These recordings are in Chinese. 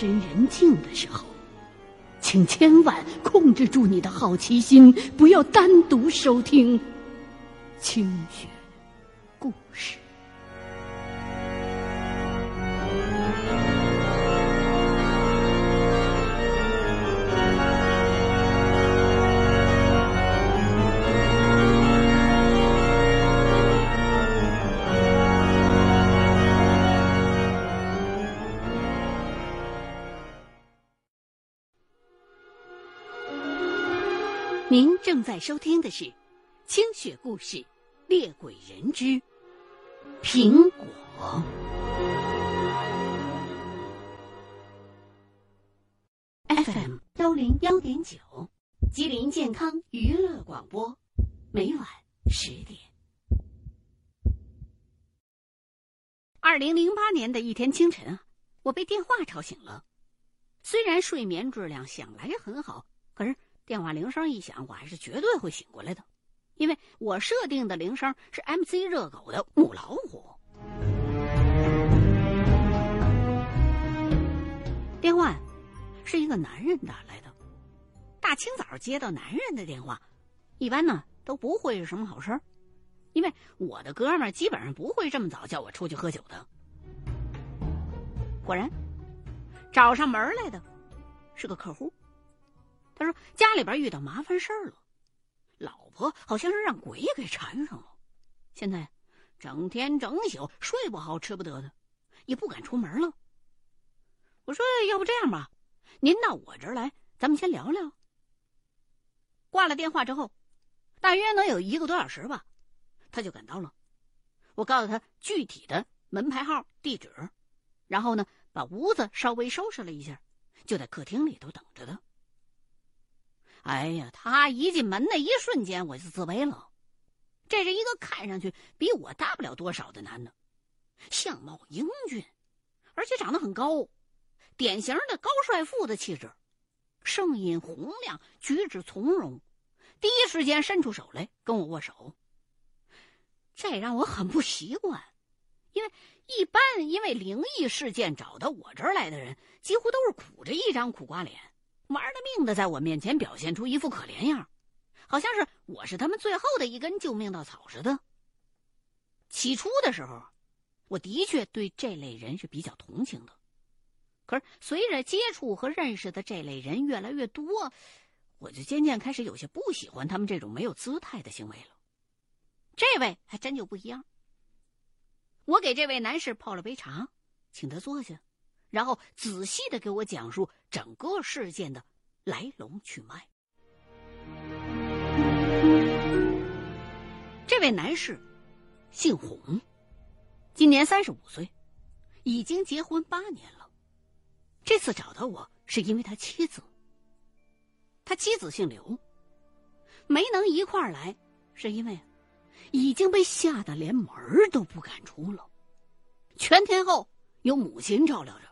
深人静的时候，请千万控制住你的好奇心，不要单独收听清雪故事。您正在收听的是清雪故事《猎鬼人之苹果》。FM 101.9，吉林健康娱乐广播，每晚10点。2008年的一天清晨啊，我被电话吵醒了。虽然睡眠质量想来很好，可是电话铃声一响，我还是绝对会醒过来的，因为我设定的铃声是 MC 热狗的母老虎。电话是一个男人打来的，大清早接到男人的电话，一般呢都不会是什么好事，因为我的哥们儿基本上不会这么早叫我出去喝酒的。果然，找上门来的是个客户。他说家里边遇到麻烦事儿了，老婆好像是让鬼给缠上了，现在整天整宿睡不好吃不得的，也不敢出门了。我说要不这样吧，您到我这儿来，咱们先聊聊。挂了电话之后，大约能有1个多小时吧，他就赶到了。我告诉他具体的门牌号地址，然后呢把屋子稍微收拾了一下，就在客厅里头等着他。哎呀，他一进门的一瞬间我就自卑了。这是一个看上去比我大不了多少的男的，相貌英俊，而且长得很高，典型的高帅富的气质，声音洪亮，举止从容，第一时间伸出手来跟我握手。这让我很不习惯，因为一般因为灵异事件找到我这儿来的人，几乎都是苦着一张苦瓜脸，玩了命的在我面前表现出一副可怜样，好像是我是他们最后的一根救命稻草似的。起初的时候，我的确对这类人是比较同情的，可是随着接触和认识的这类人越来越多，我就渐渐开始有些不喜欢他们这种没有姿态的行为了。这位还真就不一样。我给这位男士泡了杯茶，请他坐下，然后仔细地给我讲述整个事件的来龙去脉。这位男士姓洪，今年35岁，已经结婚8年了。这次找到我是因为他妻子姓刘，没能一块儿来是因为已经被吓得连门都不敢出了，全天候有母亲照料着。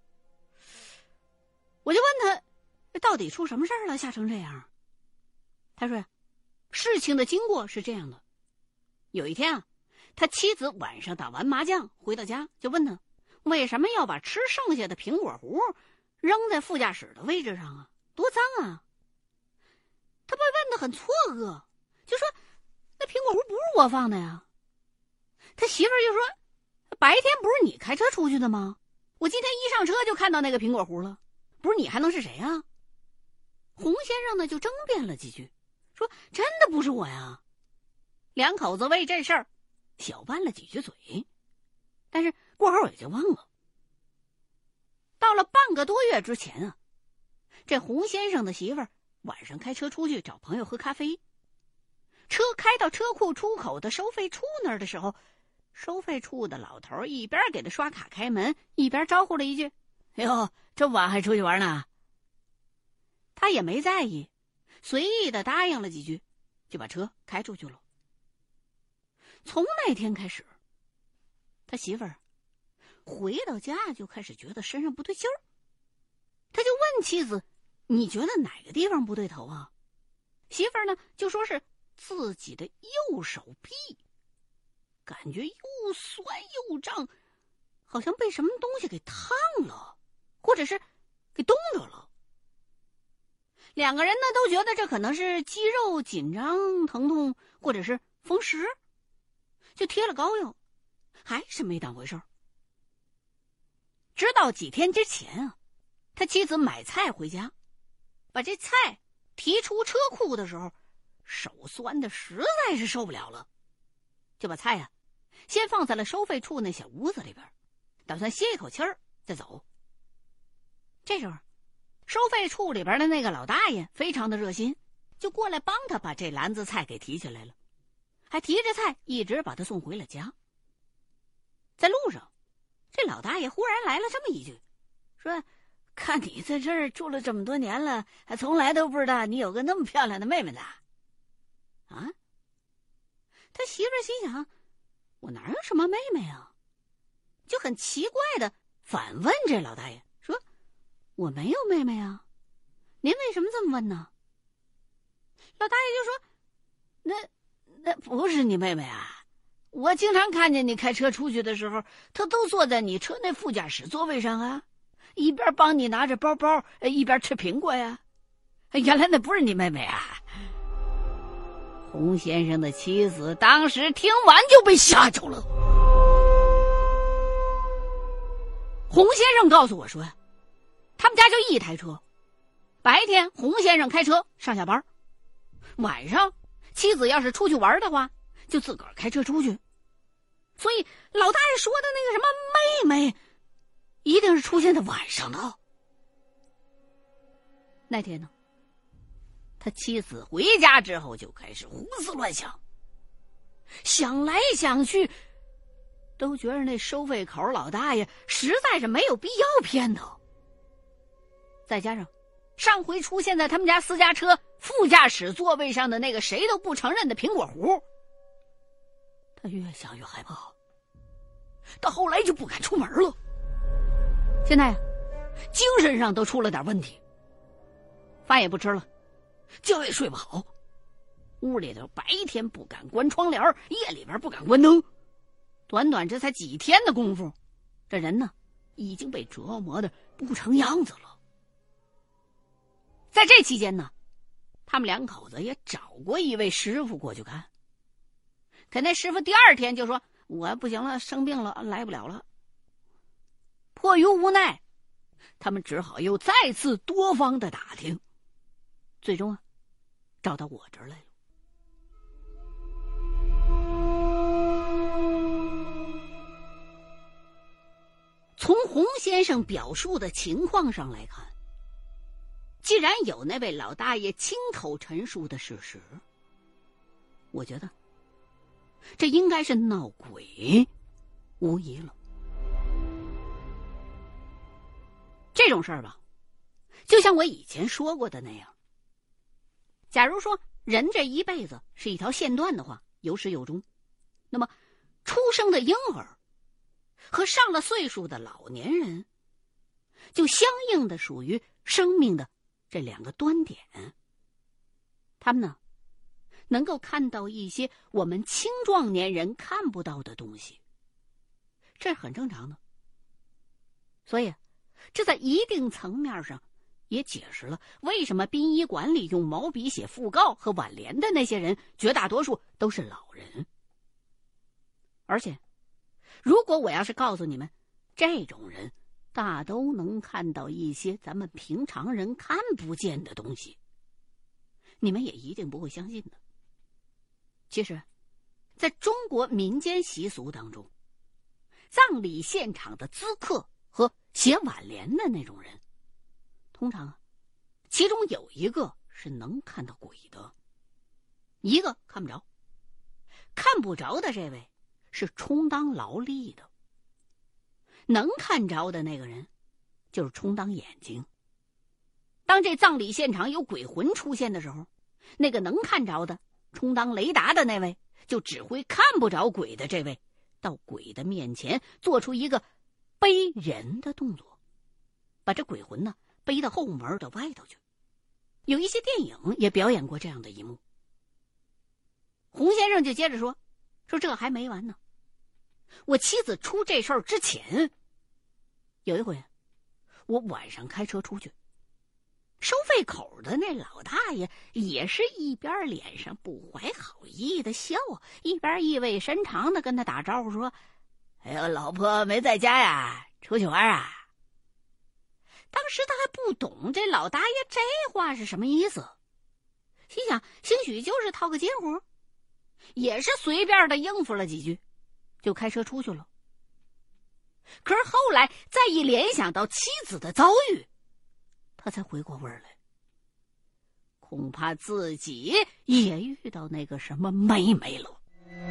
我就问他到底出什么事儿了，吓成这样。他说事情的经过是这样的，有一天啊，他妻子晚上打完麻将回到家，就问他为什么要把吃剩下的苹果核扔在副驾驶的位置上啊，多脏啊。他被问得很错愕，就说那苹果核不是我放的呀。他媳妇儿就说白天不是你开车出去的吗？我今天一上车就看到那个苹果核了，不是你还能是谁啊？洪先生呢就争辩了几句，说真的不是我呀。两口子为这事儿小拌了几句嘴，但是过后也就忘了。到了半个多月之前啊，这洪先生的媳妇儿晚上开车出去找朋友喝咖啡，车开到车库出口的收费处那儿的时候，收费处的老头一边给他刷卡开门，一边招呼了一句：哎呦，这么晚还出去玩呢。他也没在意，随意的答应了几句，就把车开出去了。从那天开始，他媳妇儿回到家就开始觉得身上不对劲儿，他就问妻子：你觉得哪个地方不对头啊？媳妇儿呢就说是自己的右手臂，感觉又酸又胀，好像被什么东西给烫了，或者是给冻着了。两个人呢都觉得这可能是肌肉紧张疼痛或者是风湿，就贴了膏药，还是没当回事儿。直到几天之前啊，他妻子买菜回家，把这菜提出车库的时候，手酸的实在是受不了了，就把菜啊先放在了收费处那小屋子里边，打算歇一口气儿再走。这时候收费处里边的那个老大爷非常的热心，就过来帮他把这篮子菜给提起来了，还提着菜一直把他送回了家。在路上，这老大爷忽然来了这么一句，说看你在这儿住了这么多年了，还从来都不知道你有个那么漂亮的妹妹呢。啊，他媳妇心想，我哪有什么妹妹啊，就很奇怪的反问这老大爷说，我没有妹妹啊，您为什么这么问呢？老大爷就说，那不是你妹妹啊，我经常看见你开车出去的时候，她都坐在你车内副驾驶座位上啊，一边帮你拿着包包，一边吃苹果呀。原来那不是你妹妹啊。洪先生的妻子当时听完就被吓着了。洪先生告诉我说，他们家就一台车，白天洪先生开车上下班，晚上妻子要是出去玩的话，就自个儿开车出去。所以老大爷说的那个什么妹妹，一定是出现在晚上的。那天呢，他妻子回家之后就开始胡思乱想，想来想去，都觉得那收费口老大爷实在是没有必要骗他。再加上上回出现在他们家私家车副驾驶座位上的那个谁都不承认的苹果核，他越想越害怕，到后来就不敢出门了。现在精神上都出了点问题，饭也不吃了，觉也睡不好，屋里头白天不敢关窗帘，夜里边不敢关灯。短短这才几天的功夫，这人呢已经被折磨的不成样子了。在这期间呢，他们两口子也找过一位师傅过去看，可那师傅第二天就说，我不行了，生病了，来不了了。迫于无奈，他们只好又再次多方的打听，最终啊找到我这儿来了。从洪先生表述的情况上来看，既然有那位老大爷亲口陈述的事实，我觉得这应该是闹鬼无疑了。这种事儿吧，就像我以前说过的那样，假如说人这一辈子是一条线段的话，有始有终，那么出生的婴儿和上了岁数的老年人就相应的属于生命的这两个端点。他们呢能够看到一些我们青壮年人看不到的东西，这是很正常的。所以这在一定层面上也解释了为什么殡仪馆里用毛笔写讣告和挽联的那些人绝大多数都是老人。而且如果我要是告诉你们，这种人大都能看到一些咱们平常人看不见的东西，你们也一定不会相信的。其实在中国民间习俗当中，葬礼现场的咨客和写挽联的那种人，通常其中有一个是能看到鬼的，一个看不着。看不着的这位是充当劳力的，能看着的那个人就是充当眼睛。当这葬礼现场有鬼魂出现的时候，那个能看着的充当雷达的那位就指挥看不着鬼的这位到鬼的面前做出一个背人的动作，把这鬼魂呢背到后门的外头去。有一些电影也表演过这样的一幕。洪先生就接着说这还没完呢，我妻子出这事儿之前，有一回我晚上开车出去，收费口的那老大爷也是一边脸上不怀好意的笑，一边意味深长的跟他打招呼说：“哎呀，老婆没在家呀，出去玩啊？”当时他还不懂这老大爷这话是什么意思，心想兴许就是套个近乎，也是随便的应付了几句，就开车出去了。可是后来再一联想到妻子的遭遇，他才回过味儿来，恐怕自己也遇到那个什么妹妹了。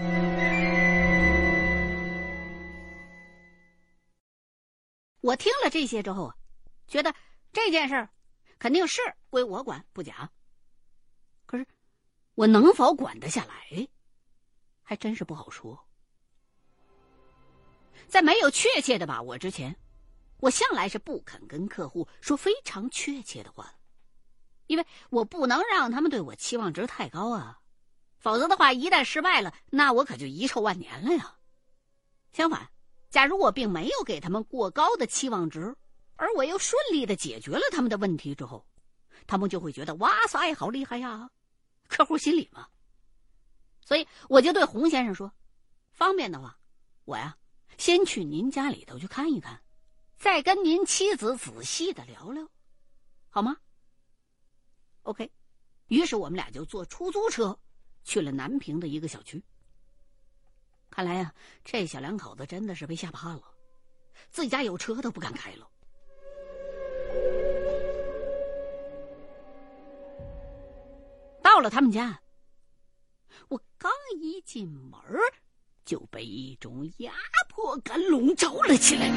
我听了这些之后啊，觉得这件事儿肯定是归我管不假，可是我能否管得下来，还真是不好说。在没有确切的把握之前，我向来是不肯跟客户说非常确切的话，因为我不能让他们对我期望值太高啊，否则的话一旦失败了，那我可就遗臭万年了呀。相反，假如我并没有给他们过高的期望值，而我又顺利的解决了他们的问题之后，他们就会觉得哇塞好厉害呀，客户心理嘛。所以我就对洪先生说，方便的话，我呀先去您家里头去看一看，再跟您妻子仔细的聊聊，好吗 ？OK， 于是我们俩就坐出租车去了南平的一个小区。看来呀，这小两口子真的是被吓怕了，自己家有车都不敢开了。到了他们家，我刚一进门就被一种压迫感笼罩了起来。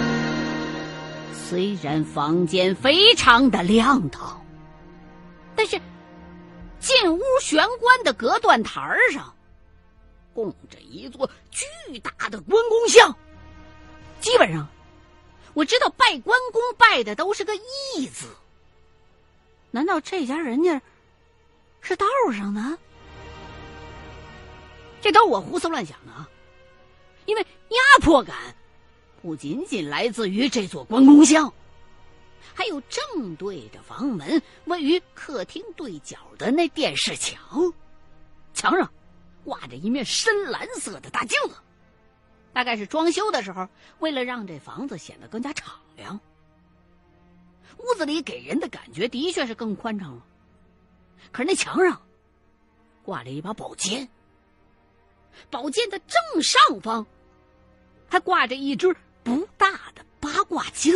虽然房间非常的亮堂，但是进屋玄关的隔断台上供着一座巨大的关公像。基本上我知道拜关公拜的都是个义字，难道这家人家是道上的？这都是我胡思乱想的啊！因为压迫感不仅仅来自于这座关公像，还有正对着房门位于客厅对角的那电视墙，墙上挂着一面深蓝色的大镜子，大概是装修的时候为了让这房子显得更加敞亮。屋子里给人的感觉的确是更宽敞了，可是那墙上挂着一把宝剑，宝剑的正上方还挂着一只不大的八卦镜。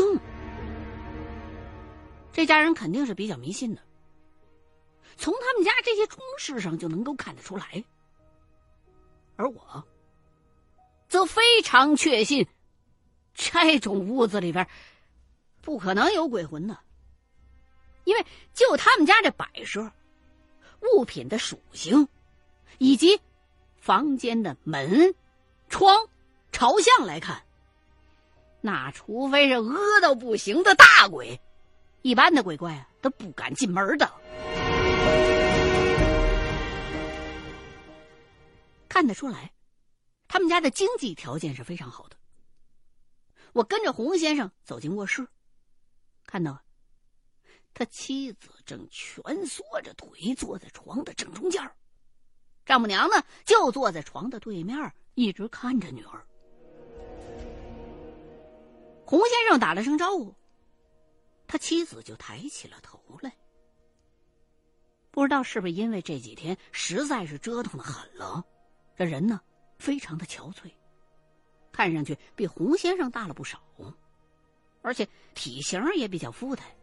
这家人肯定是比较迷信的，从他们家这些装饰上就能够看得出来。而我则非常确信，这种屋子里边不可能有鬼魂的，因为就他们家这摆设、物品的属性以及房间的门、窗、朝向来看，那除非是恶到不行的大鬼，一般的鬼怪啊都不敢进门的。看得出来，他们家的经济条件是非常好的。我跟着洪先生走进卧室，看到他妻子正蜷缩着腿坐在床的正中间，丈母娘呢就坐在床的对面，一直看着女儿。洪先生打了声招呼，他妻子就抬起了头来。不知道是不是因为这几天实在是折腾得很了，这人呢非常的憔悴，看上去比洪先生大了不少，而且体型也比较富态。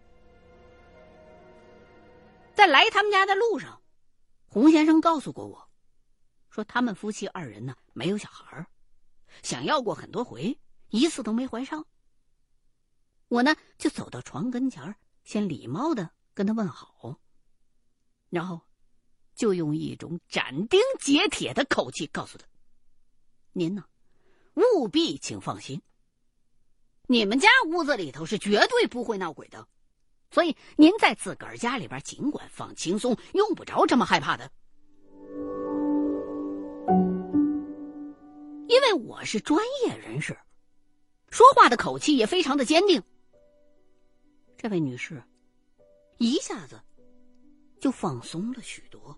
在来他们家的路上，洪先生告诉过我，说他们夫妻二人呢没有小孩，想要过很多回，一次都没怀上。我呢就走到床跟前，先礼貌的跟他问好，然后就用一种斩钉截铁的口气告诉他，您呢务必请放心，你们家屋子里头是绝对不会闹鬼的，所以您在自个儿家里边尽管放轻松，用不着这么害怕的。因为我是专业人士，说话的口气也非常的坚定， 这位女士一下子就放松了许多。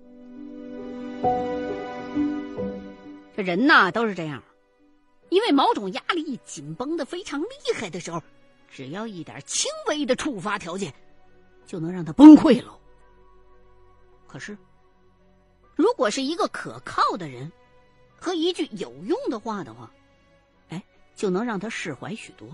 这人呐都是这样，因为某种压力紧绷得非常厉害的时候，只要一点轻微的触发条件就能让他崩溃了。可是如果是一个可靠的人和一句有用的话，就能让他释怀许多。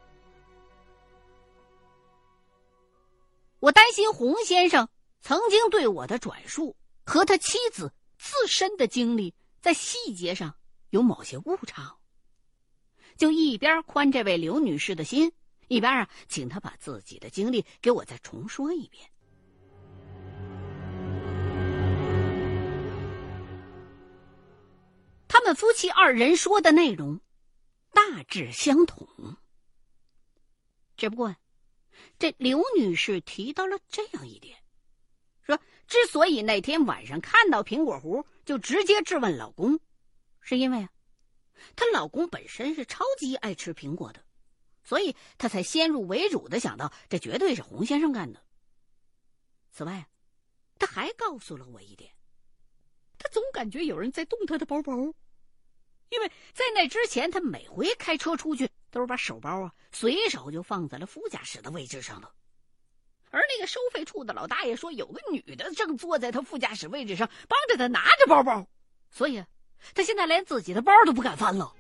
我担心洪先生曾经对我的转述和他妻子自身的经历在细节上有某些误差，就一边宽这位刘女士的心，一边请她把自己的经历给我再重说一遍。他们夫妻二人说的内容大致相同，只不过这刘女士提到了这样一点，说之所以那天晚上看到苹果核就直接质问老公，是因为她老公本身是超级爱吃苹果的，所以她才先入为主的想到这绝对是洪先生干的。此外，她还告诉了我一点，她总感觉有人在动她的包包，因为在那之前她每回开车出去都是把手包随手就放在了副驾驶的位置上的，而那个收费处的老大爷说有个女的正坐在他副驾驶位置上帮着他拿着包包，所以他现在连自己的包都不敢翻了。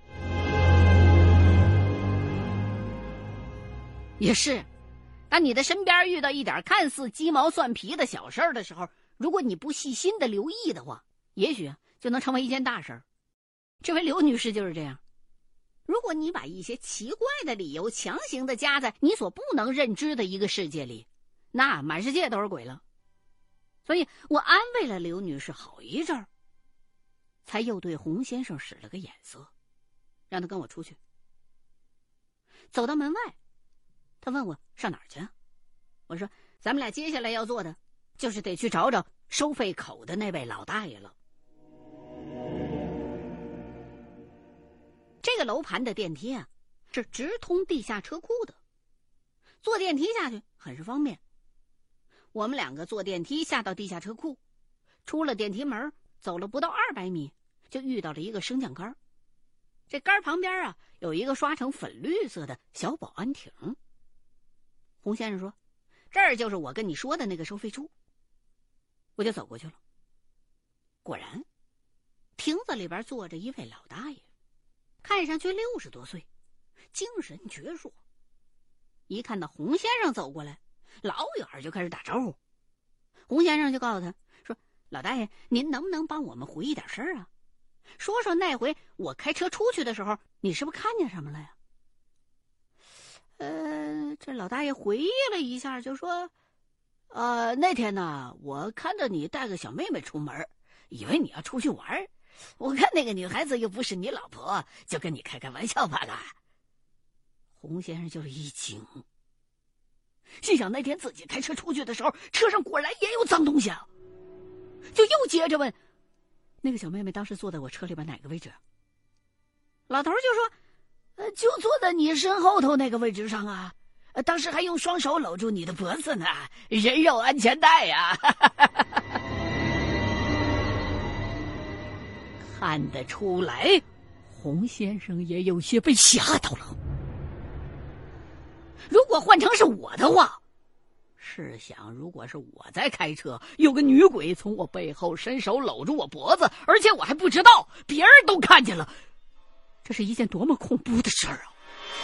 也是，当你的身边遇到一点看似鸡毛蒜皮的小事的时候，如果你不细心的留意的话，也许就能成为一件大事。这位刘女士就是这样，如果你把一些奇怪的理由强行的加在你所不能认知的一个世界里，那满世界都是鬼了。所以我安慰了刘女士好一阵儿，才又对洪先生使了个眼色，让他跟我出去。走到门外，他问我上哪儿去。我说咱们俩接下来要做的就是得去找找收费口的那位老大爷了。这个楼盘的电梯是直通地下车库的，坐电梯下去很是方便。我们两个坐电梯下到地下车库，出了电梯门，走了不到200米，就遇到了一个升降杆。这杆旁边有一个刷成粉绿色的小保安亭。洪先生说这儿就是我跟你说的那个收费处。我就走过去了，果然亭子里边坐着一位老大爷，看上去60多岁，精神矍铄。一看到洪先生走过来，老远就开始打招呼。洪先生就告诉他说，老大爷您能不能帮我们回忆点事儿啊？说说那回我开车出去的时候你是不是看见什么了呀？这老大爷回忆了一下就说，那天呢我看到你带个小妹妹出门，以为你要出去玩，我看那个女孩子又不是你老婆，就跟你开开玩笑罢了。洪先生就是一惊，心想那天自己开车出去的时候车上果然也有脏东西啊，就又接着问那个小妹妹当时坐在我车里边哪个位置。老头就说就坐在你身后头那个位置上啊，当时还用双手搂住你的脖子呢，人肉安全带呀。看得出来洪先生也有些被吓到了。如果换成是我的话，试想如果是我在开车，有个女鬼从我背后伸手搂住我脖子，而且我还不知道，别人都看见了，这是一件多么恐怖的事儿啊！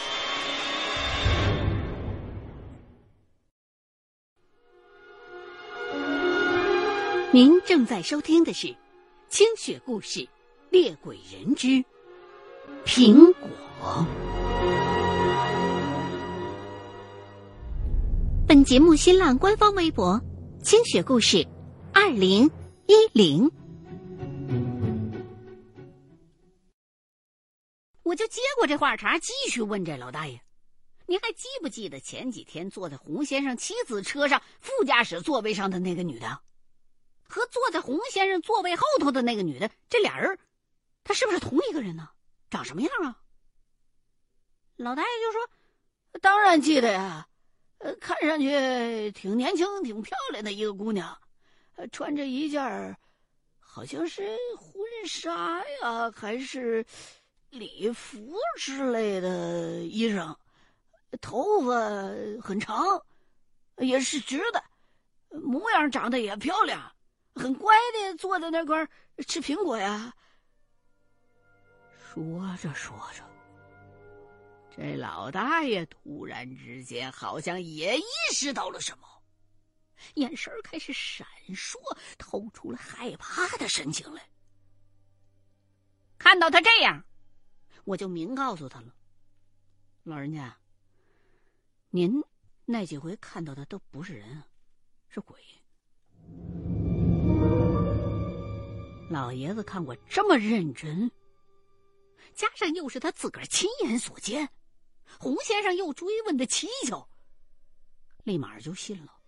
您正在收听的是清雪故事猎鬼人之苹果。本节目新浪官方微博清雪故事2010。我就接过这话茬，继续问这老大爷，你还记不记得前几天坐在洪先生妻子车上副驾驶座位上的那个女的和坐在洪先生座位后头的那个女的，这俩人他是不是同一个人呢？长什么样啊？老大爷就说当然记得呀， 看上去挺年轻挺漂亮的一个姑娘，穿着一件好像是婚纱呀还是礼服之类的衣裳，头发很长，也是直的，模样长得也漂亮，很乖的坐在那块吃苹果呀。说着说着，这老大爷突然之间好像也意识到了什么，眼神开始闪烁，透出了害怕的神情来。看到他这样，我就明告诉他了，老人家，您那几回看到的都不是人，是鬼。老爷子看我这么认真，加上又是他自个儿亲眼所见，洪先生又追问的蹊跷，立马就信了。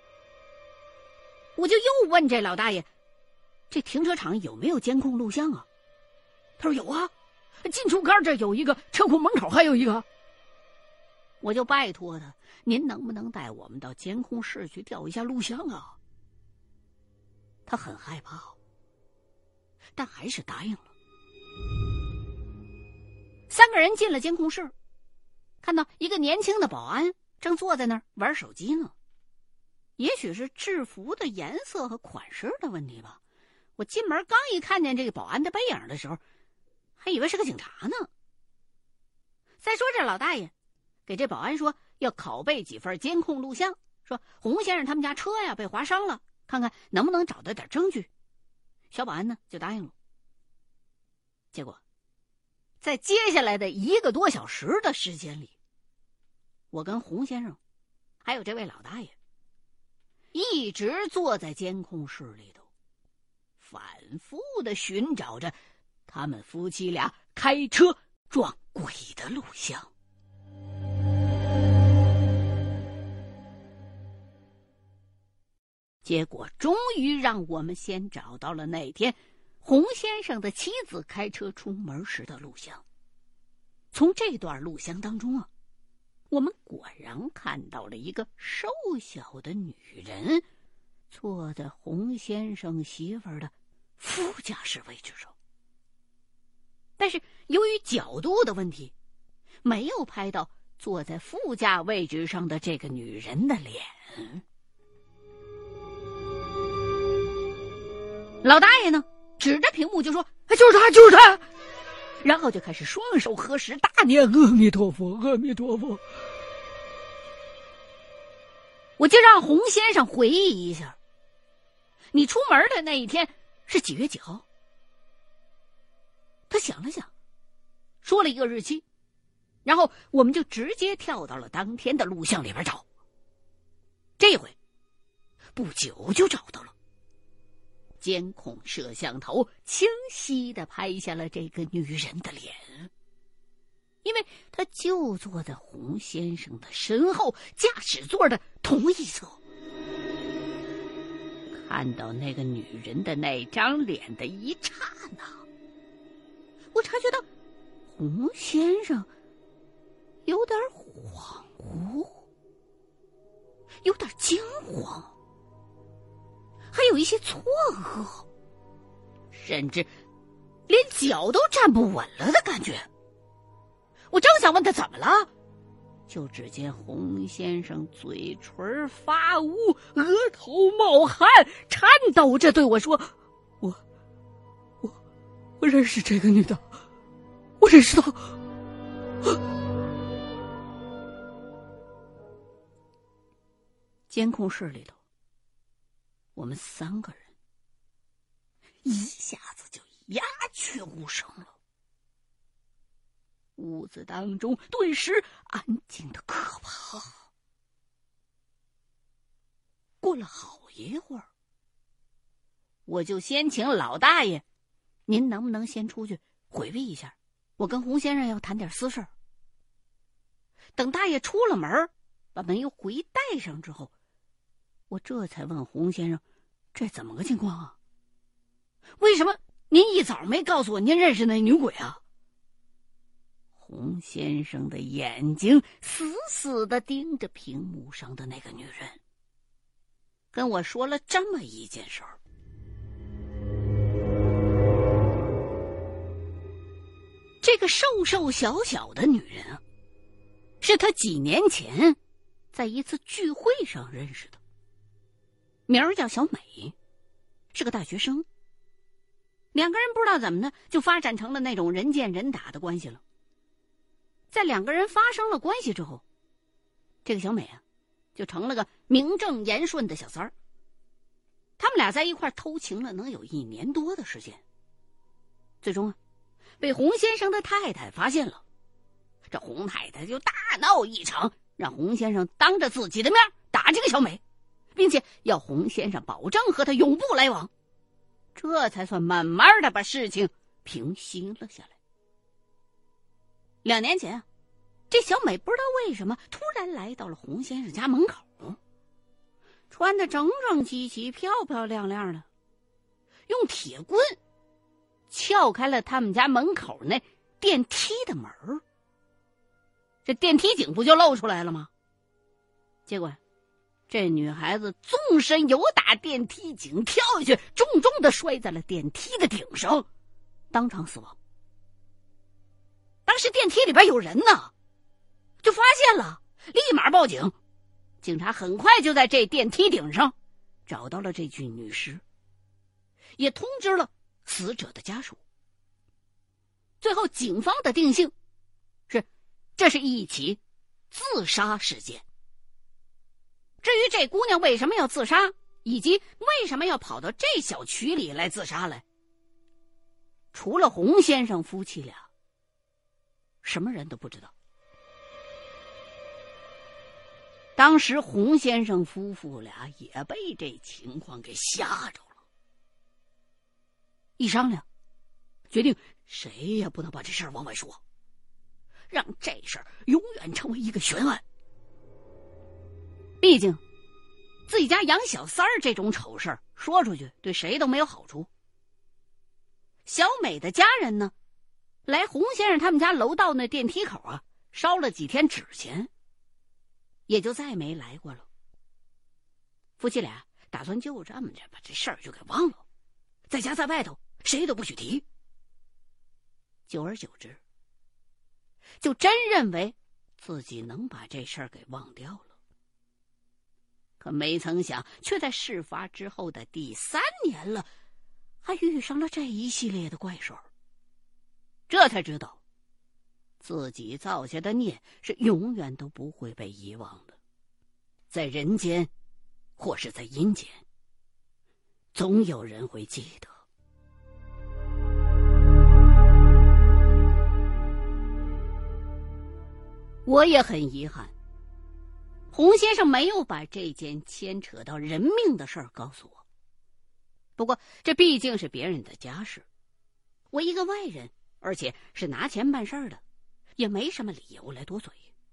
我就又问这老大爷，这停车场有没有监控录像啊？他说有啊，进出杆这有一个，车库门口还有一个。我就拜托他，您能不能带我们到监控室去调一下录像啊？他很害怕，但还是答应了。3个人进了监控室，看到一个年轻的保安正坐在那儿玩手机呢。也许是制服的颜色和款式的问题吧，我进门刚一看见这个保安的背影的时候，还以为是个警察呢。再说这老大爷给这保安说要拷贝几份监控录像，说洪先生他们家车呀被划伤了，看看能不能找到点证据。小保安呢就答应了。结果在接下来的1个多小时的时间里，我跟洪先生还有这位老大爷一直坐在监控室里头，反复的寻找着他们夫妻俩开车撞鬼的录像。结果终于让我们先找到了那天洪先生的妻子开车出门时的录像。从这段录像当中啊，我们果然看到了一个瘦小的女人坐在洪先生媳妇儿的副驾驶位置上，但是由于角度的问题，没有拍到坐在副驾位置上的这个女人的脸。老大爷呢指着屏幕就说就是他就是他，然后就开始双手合十大念阿弥陀佛阿弥陀佛。我就让洪先生回忆一下，你出门的那一天是几月几号？他想了想，说了一个日期，然后我们就直接跳到了当天的录像里边找。这回不久就找到了，监控摄像头清晰地拍下了这个女人的脸，因为她就坐在洪先生的身后驾驶座的同一侧。看到那个女人的那张脸的一刹那，我察觉到洪先生有点恍惚，有点惊慌，还有一些错愕，甚至连脚都站不稳了的感觉。我正想问他怎么了，就只见洪先生嘴唇发乌，额头冒汗，颤抖着对我说：我认识这个女的，我认识她。监控室里头，我们3个人一下子就鸦雀无声了，屋子当中顿时安静的可怕。过了好一会儿，我就先请老大爷，您能不能先出去回避一下，我跟洪先生要谈点私事。等大爷出了门，把门又回带上之后，我这才问洪先生，这怎么个情况啊？为什么您一早没告诉我您认识那女鬼啊？ 洪先生的眼睛死死地盯着屏幕上的那个女人，跟我说了这么一件事儿。这个瘦瘦小小的女人啊，是他几年前在一次聚会上认识的，名儿叫小美，是个大学生。两个人不知道怎么的就发展成了那种人见人打的关系了。在两个人发生了关系之后，这个小美啊就成了个名正言顺的小三儿。他们俩在一块偷情了能有1年多的时间，最终啊被洪先生的太太发现了。这洪太太就大闹一场，让洪先生当着自己的面打这个小美，并且要洪先生保证和他永不来往，这才算慢慢的把事情平息了下来。2年前啊，这小美不知道为什么突然来到了洪先生家门口，穿得整整齐齐漂漂亮亮的，用铁棍撬开了他们家门口那电梯的门，这电梯井不就露出来了吗？结果这女孩子纵身由打电梯井跳下去，重重地摔在了电梯的顶上，当场死亡。当时电梯里边有人呢，就发现了，立马报警。警察很快就在这电梯顶上找到了这具女尸，也通知了死者的家属。最后警方的定性是，这是一起自杀事件。至于这姑娘为什么要自杀，以及为什么要跑到这小区里来自杀来，除了洪先生夫妻俩，什么人都不知道。当时洪先生夫妇俩也被这情况给吓着了，一商量，决定谁也不能把这事儿往外说，让这事儿永远成为一个悬案。毕竟自己家养小三儿这种丑事儿说出去对谁都没有好处。小美的家人呢，来洪先生他们家楼道那电梯口啊烧了几天纸钱，也就再没来过了。夫妻俩打算就这么着把这事儿就给忘了，在家在外头谁都不许提。久而久之，就真认为自己能把这事儿给忘掉了。可没曾想，却在事发之后的第3年了，还遇上了这一系列的怪事儿。这才知道自己造下的孽是永远都不会被遗忘的，在人间或是在阴间，总有人会记得。我也很遗憾，洪先生没有把这件牵扯到人命的事儿告诉我。不过这毕竟是别人的家事，我一个外人，而且是拿钱办事儿的，也没什么理由来多嘴。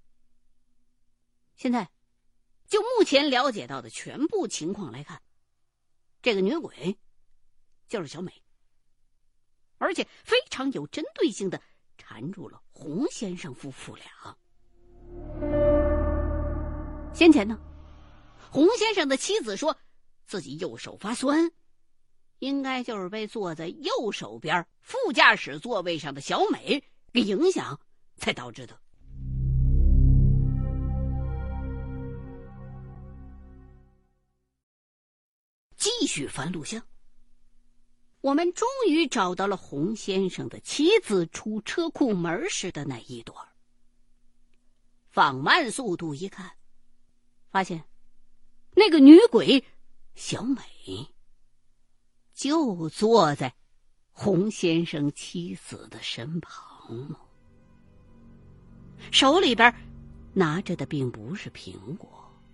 现在就目前了解到的全部情况来看，这个女鬼就是小美，而且非常有针对性的缠住了洪先生夫妇俩。先前呢，洪先生的妻子说自己右手发酸，应该就是被坐在右手边副驾驶座位上的小美给影响才导致的。继续翻录像，我们终于找到了洪先生的妻子出车库门时的那一段。放慢速度一看，发现那个女鬼小美就坐在洪先生妻子的身旁了，手里边拿着的并不是苹果，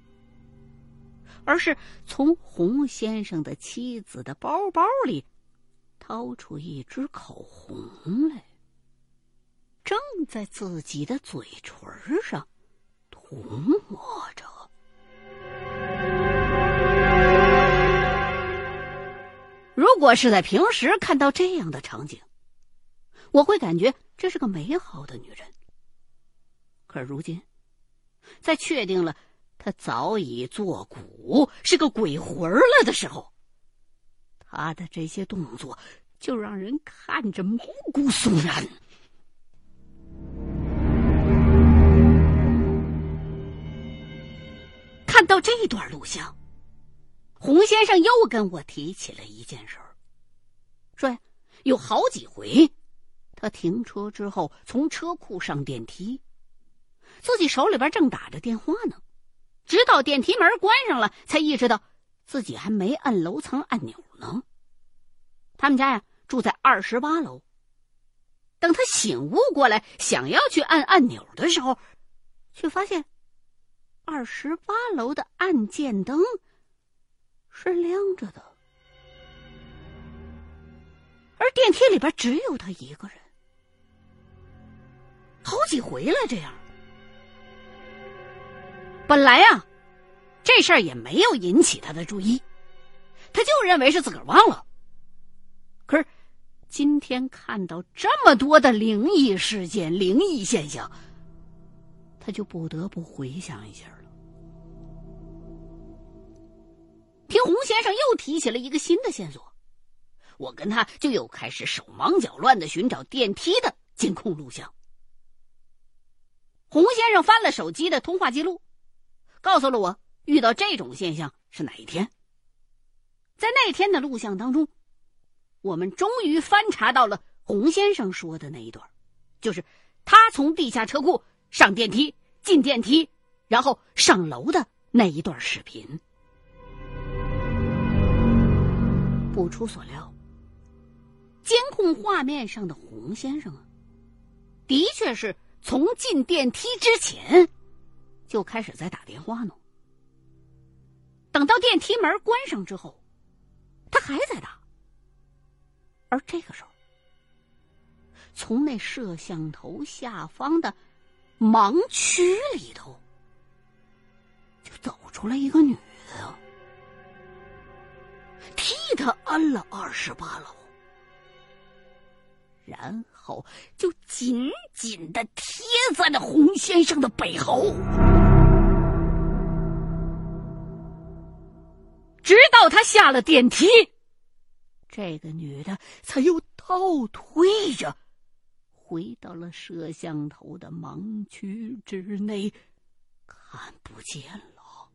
而是从洪先生的妻子的包包里掏出一支口红来，正在自己的嘴唇上涂抹着。如果是在平时看到这样的场景，我会感觉这是个美好的女人， 可如今在确定了他早已作古，是个鬼魂了的时候，他的这些动作就让人看着毛骨悚然。看到这段录像，洪先生又跟我提起了一件事儿，说呀，有好几回他停车之后从车库上电梯，自己手里边正打着电话呢，直到电梯门关上了才意识到自己还没按楼层按钮呢。他们家呀住在28楼，等他醒悟过来想要去按按钮的时候，却发现28楼的按键灯是亮着的，而电梯里边只有他一个人。好几回了这样。本来啊这事儿也没有引起他的注意，他就认为是自个儿忘了。可是今天看到这么多的灵异事件、灵异现象，他就不得不回想一下了。听洪先生又提起了一个新的线索，我跟他就又开始手忙脚乱地寻找电梯的监控录像。洪先生翻了手机的通话记录，告诉了我遇到这种现象是哪一天。在那天的录像当中，我们终于翻查到了洪先生说的那一段，就是他从地下车库上电梯、进电梯，然后上楼的那一段视频。不出所料，监控画面上的洪先生啊，的确是从进电梯之前就开始在打电话呢。等到电梯门关上之后，他还在打。而这个时候，从那摄像头下方的盲区里头就走出来一个女的，替他按了28楼，然后就紧紧地贴在了洪先生的背后，直到他下了电梯，这个女的才又倒退着回到了摄像头的盲区之内，看不见了。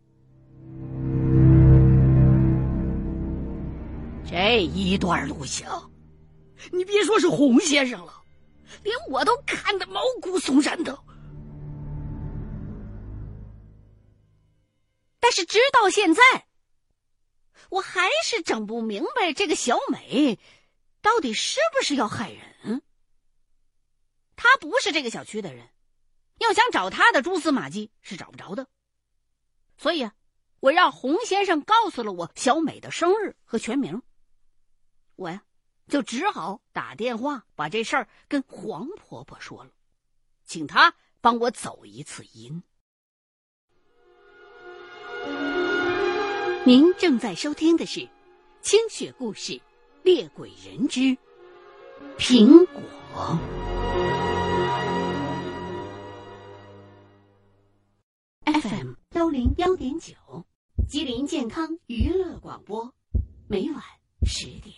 这一段录像，你别说是洪先生了，连我都看得毛骨悚然的。但是直到现在，我还是整不明白这个小美到底是不是要害人。她不是这个小区的人，要想找她的蛛丝马迹是找不着的。所以啊，我让洪先生告诉了我小美的生日和全名。我呀就只好打电话把这事儿跟黄婆婆说了，请她帮我走一次阴。您正在收听的是清雪故事猎鬼人之苹果。FM 101.9，吉林健康娱乐广播，每晚10点。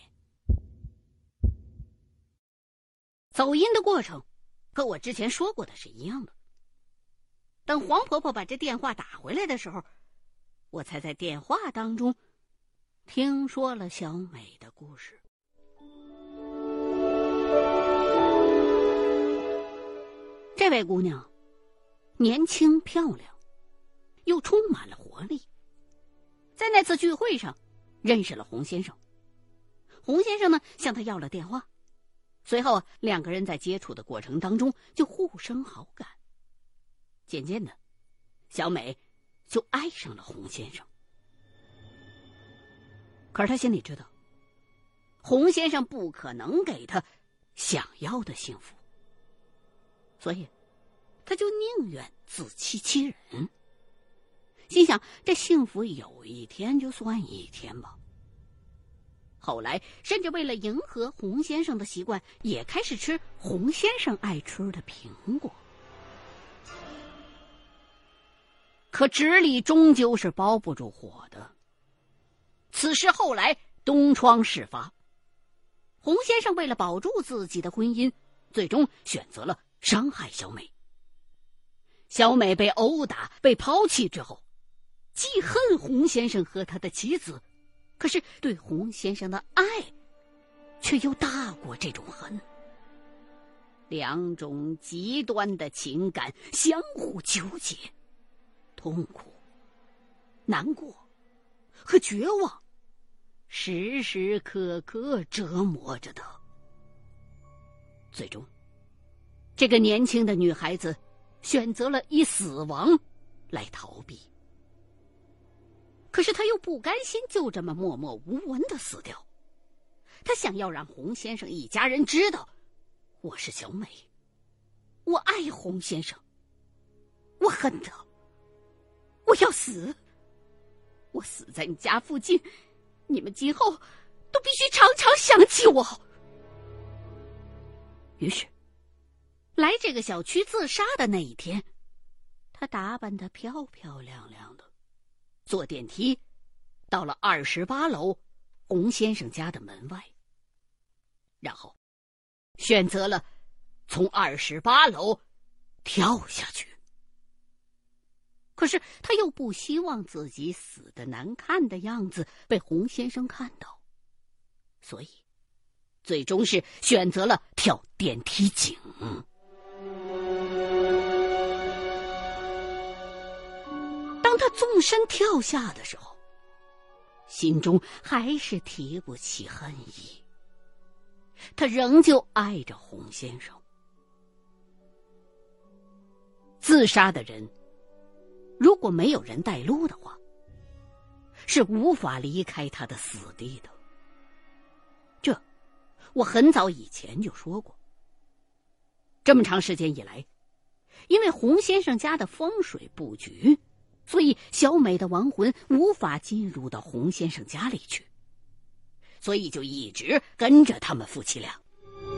走阴的过程和我之前说过的是一样的。等黄婆婆把这电话打回来的时候，我才在电话当中听说了小美的故事。这位姑娘年轻漂亮，又充满了活力。在那次聚会上认识了洪先生，洪先生呢向她要了电话，随后两个人在接触的过程当中就互生好感。渐渐的，小美就爱上了洪先生。可是她心里知道，洪先生不可能给她想要的幸福，所以她就宁愿自欺欺人，心想这幸福有一天就算一天吧。后来甚至为了迎合洪先生的习惯，也开始吃洪先生爱吃的苹果。 可纸里终究是包不住火的。此事后来东窗事发，洪先生为了保住自己的婚姻，最终选择了伤害小美。小美被殴打、被抛弃之后，既恨洪先生和他的妻子，可是对洪先生的爱却又大过这种恨。两种极端的情感相互纠结，痛苦、难过和绝望时时刻刻折磨着他。最终，这个年轻的女孩子选择了以死亡来逃避。可是她又不甘心就这么默默无闻地死掉，她想要让洪先生一家人知道，我是小美，我爱洪先生，我恨他，我要死，我死在你家附近，你们今后都必须常常想起我。于是来这个小区自杀的那一天，他打扮得漂漂亮亮的，坐电梯到了28楼洪先生家的门外，然后选择了从28楼跳下去。可是他又不希望自己死得难看的样子被洪先生看到，所以最终是选择了跳电梯井。当他纵身跳下的时候，心中还是提不起恨意，他仍旧爱着洪先生。自杀的人如果没有人带路的话，是无法离开他的死地的。这我很早以前就说过。这么长时间以来，因为洪先生家的风水布局，所以小美的亡魂无法进入到洪先生家里去，所以就一直跟着他们夫妻俩。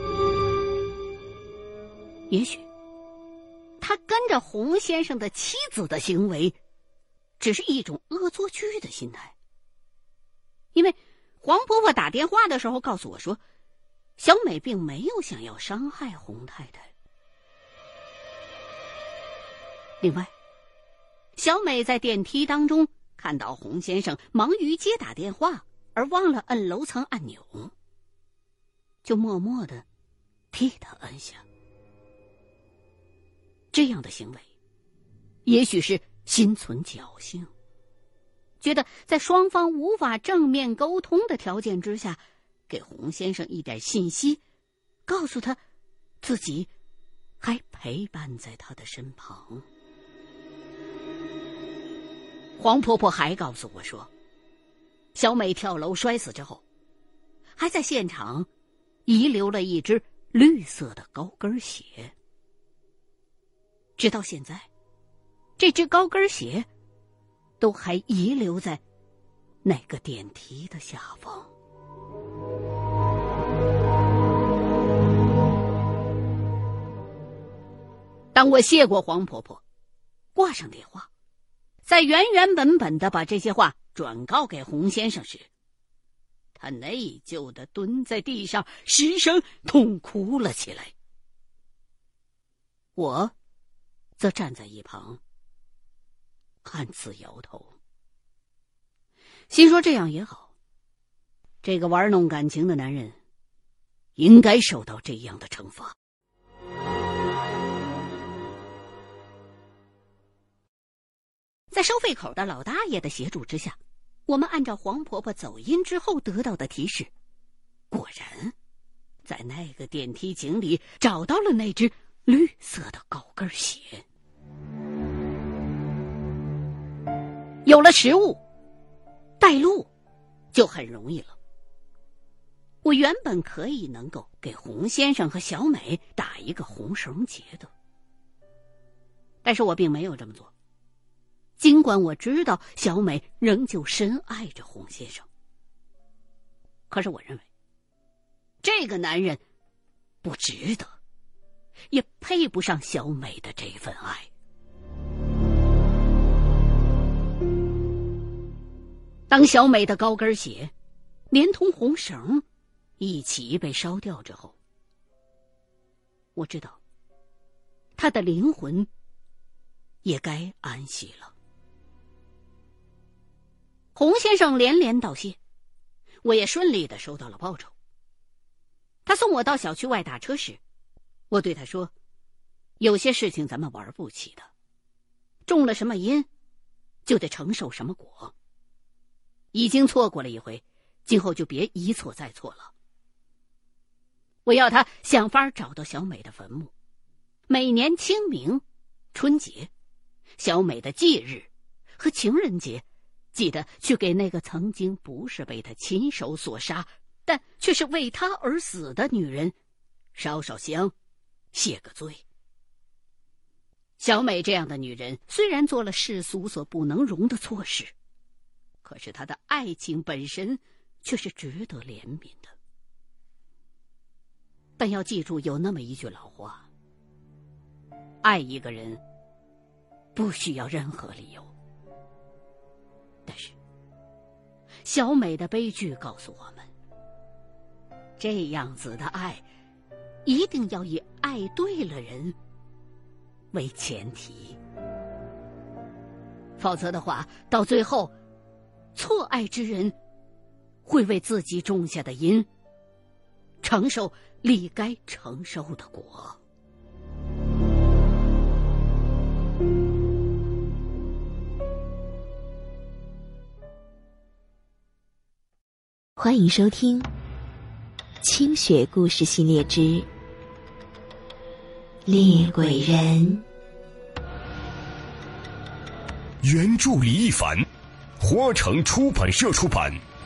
也许他跟着洪先生的妻子的行为只是一种恶作剧的心态，因为黄婆婆打电话的时候告诉我说，小美并没有想要伤害洪太太。另外，小美在电梯当中看到洪先生忙于接打电话而忘了摁楼层按钮，就默默地替他摁下。这样的行为也许是心存侥幸，觉得在双方无法正面沟通的条件之下，给洪先生一点信息，告诉他自己还陪伴在他的身旁。黄婆婆还告诉我说，小美跳楼摔死之后，还在现场遗留了一只绿色的高跟鞋。直到现在，这只高跟鞋都还遗留在那个电梯的下方。当我谢过黄婆婆，挂上电话，再原原本本地把这些话转告给洪先生时，他内疚地蹲在地上失声痛哭了起来。我则站在一旁暗自摇头，心说这样也好，这个玩弄感情的男人应该受到这样的惩罚。在收费口的老大爷的协助之下，我们按照黄婆婆走阴之后得到的提示，果然在那个电梯井里找到了那只绿色的高跟鞋。有了食物带路就很容易了。我原本可以能够给洪先生和小美打一个红绳结的，但是我并没有这么做。尽管我知道小美仍旧深爱着洪先生，可是我认为这个男人不值得，也配不上小美的这份爱。 当小美的高跟鞋连同红绳一起被烧掉之后，我知道她的灵魂也该安息了。洪先生连连道谢，我也顺利地收到了报酬。他送我到小区外打车时，我对他说，有些事情咱们玩不起的，种了什么因就得承受什么果，已经错过了一回，今后就别一错再错了。我要他想法找到小美的坟墓，每年清明、春节、小美的忌日和情人节，记得去给那个曾经不是被他亲手所杀，但却是为他而死的女人烧烧香，谢个罪。小美这样的女人虽然做了世俗所不能容的错事，可是她的爱情本身却是值得怜悯的。但要记住有那么一句老话，爱一个人不需要任何理由。但是小美的悲剧告诉我们，这样子的爱一定要以爱对了人为前提，否则的话，到最后错爱之人会为自己种下的因承受理该承受的果。 欢迎收听清雪故事系列之猎鬼人。 原著李一凡，活城出版社出版。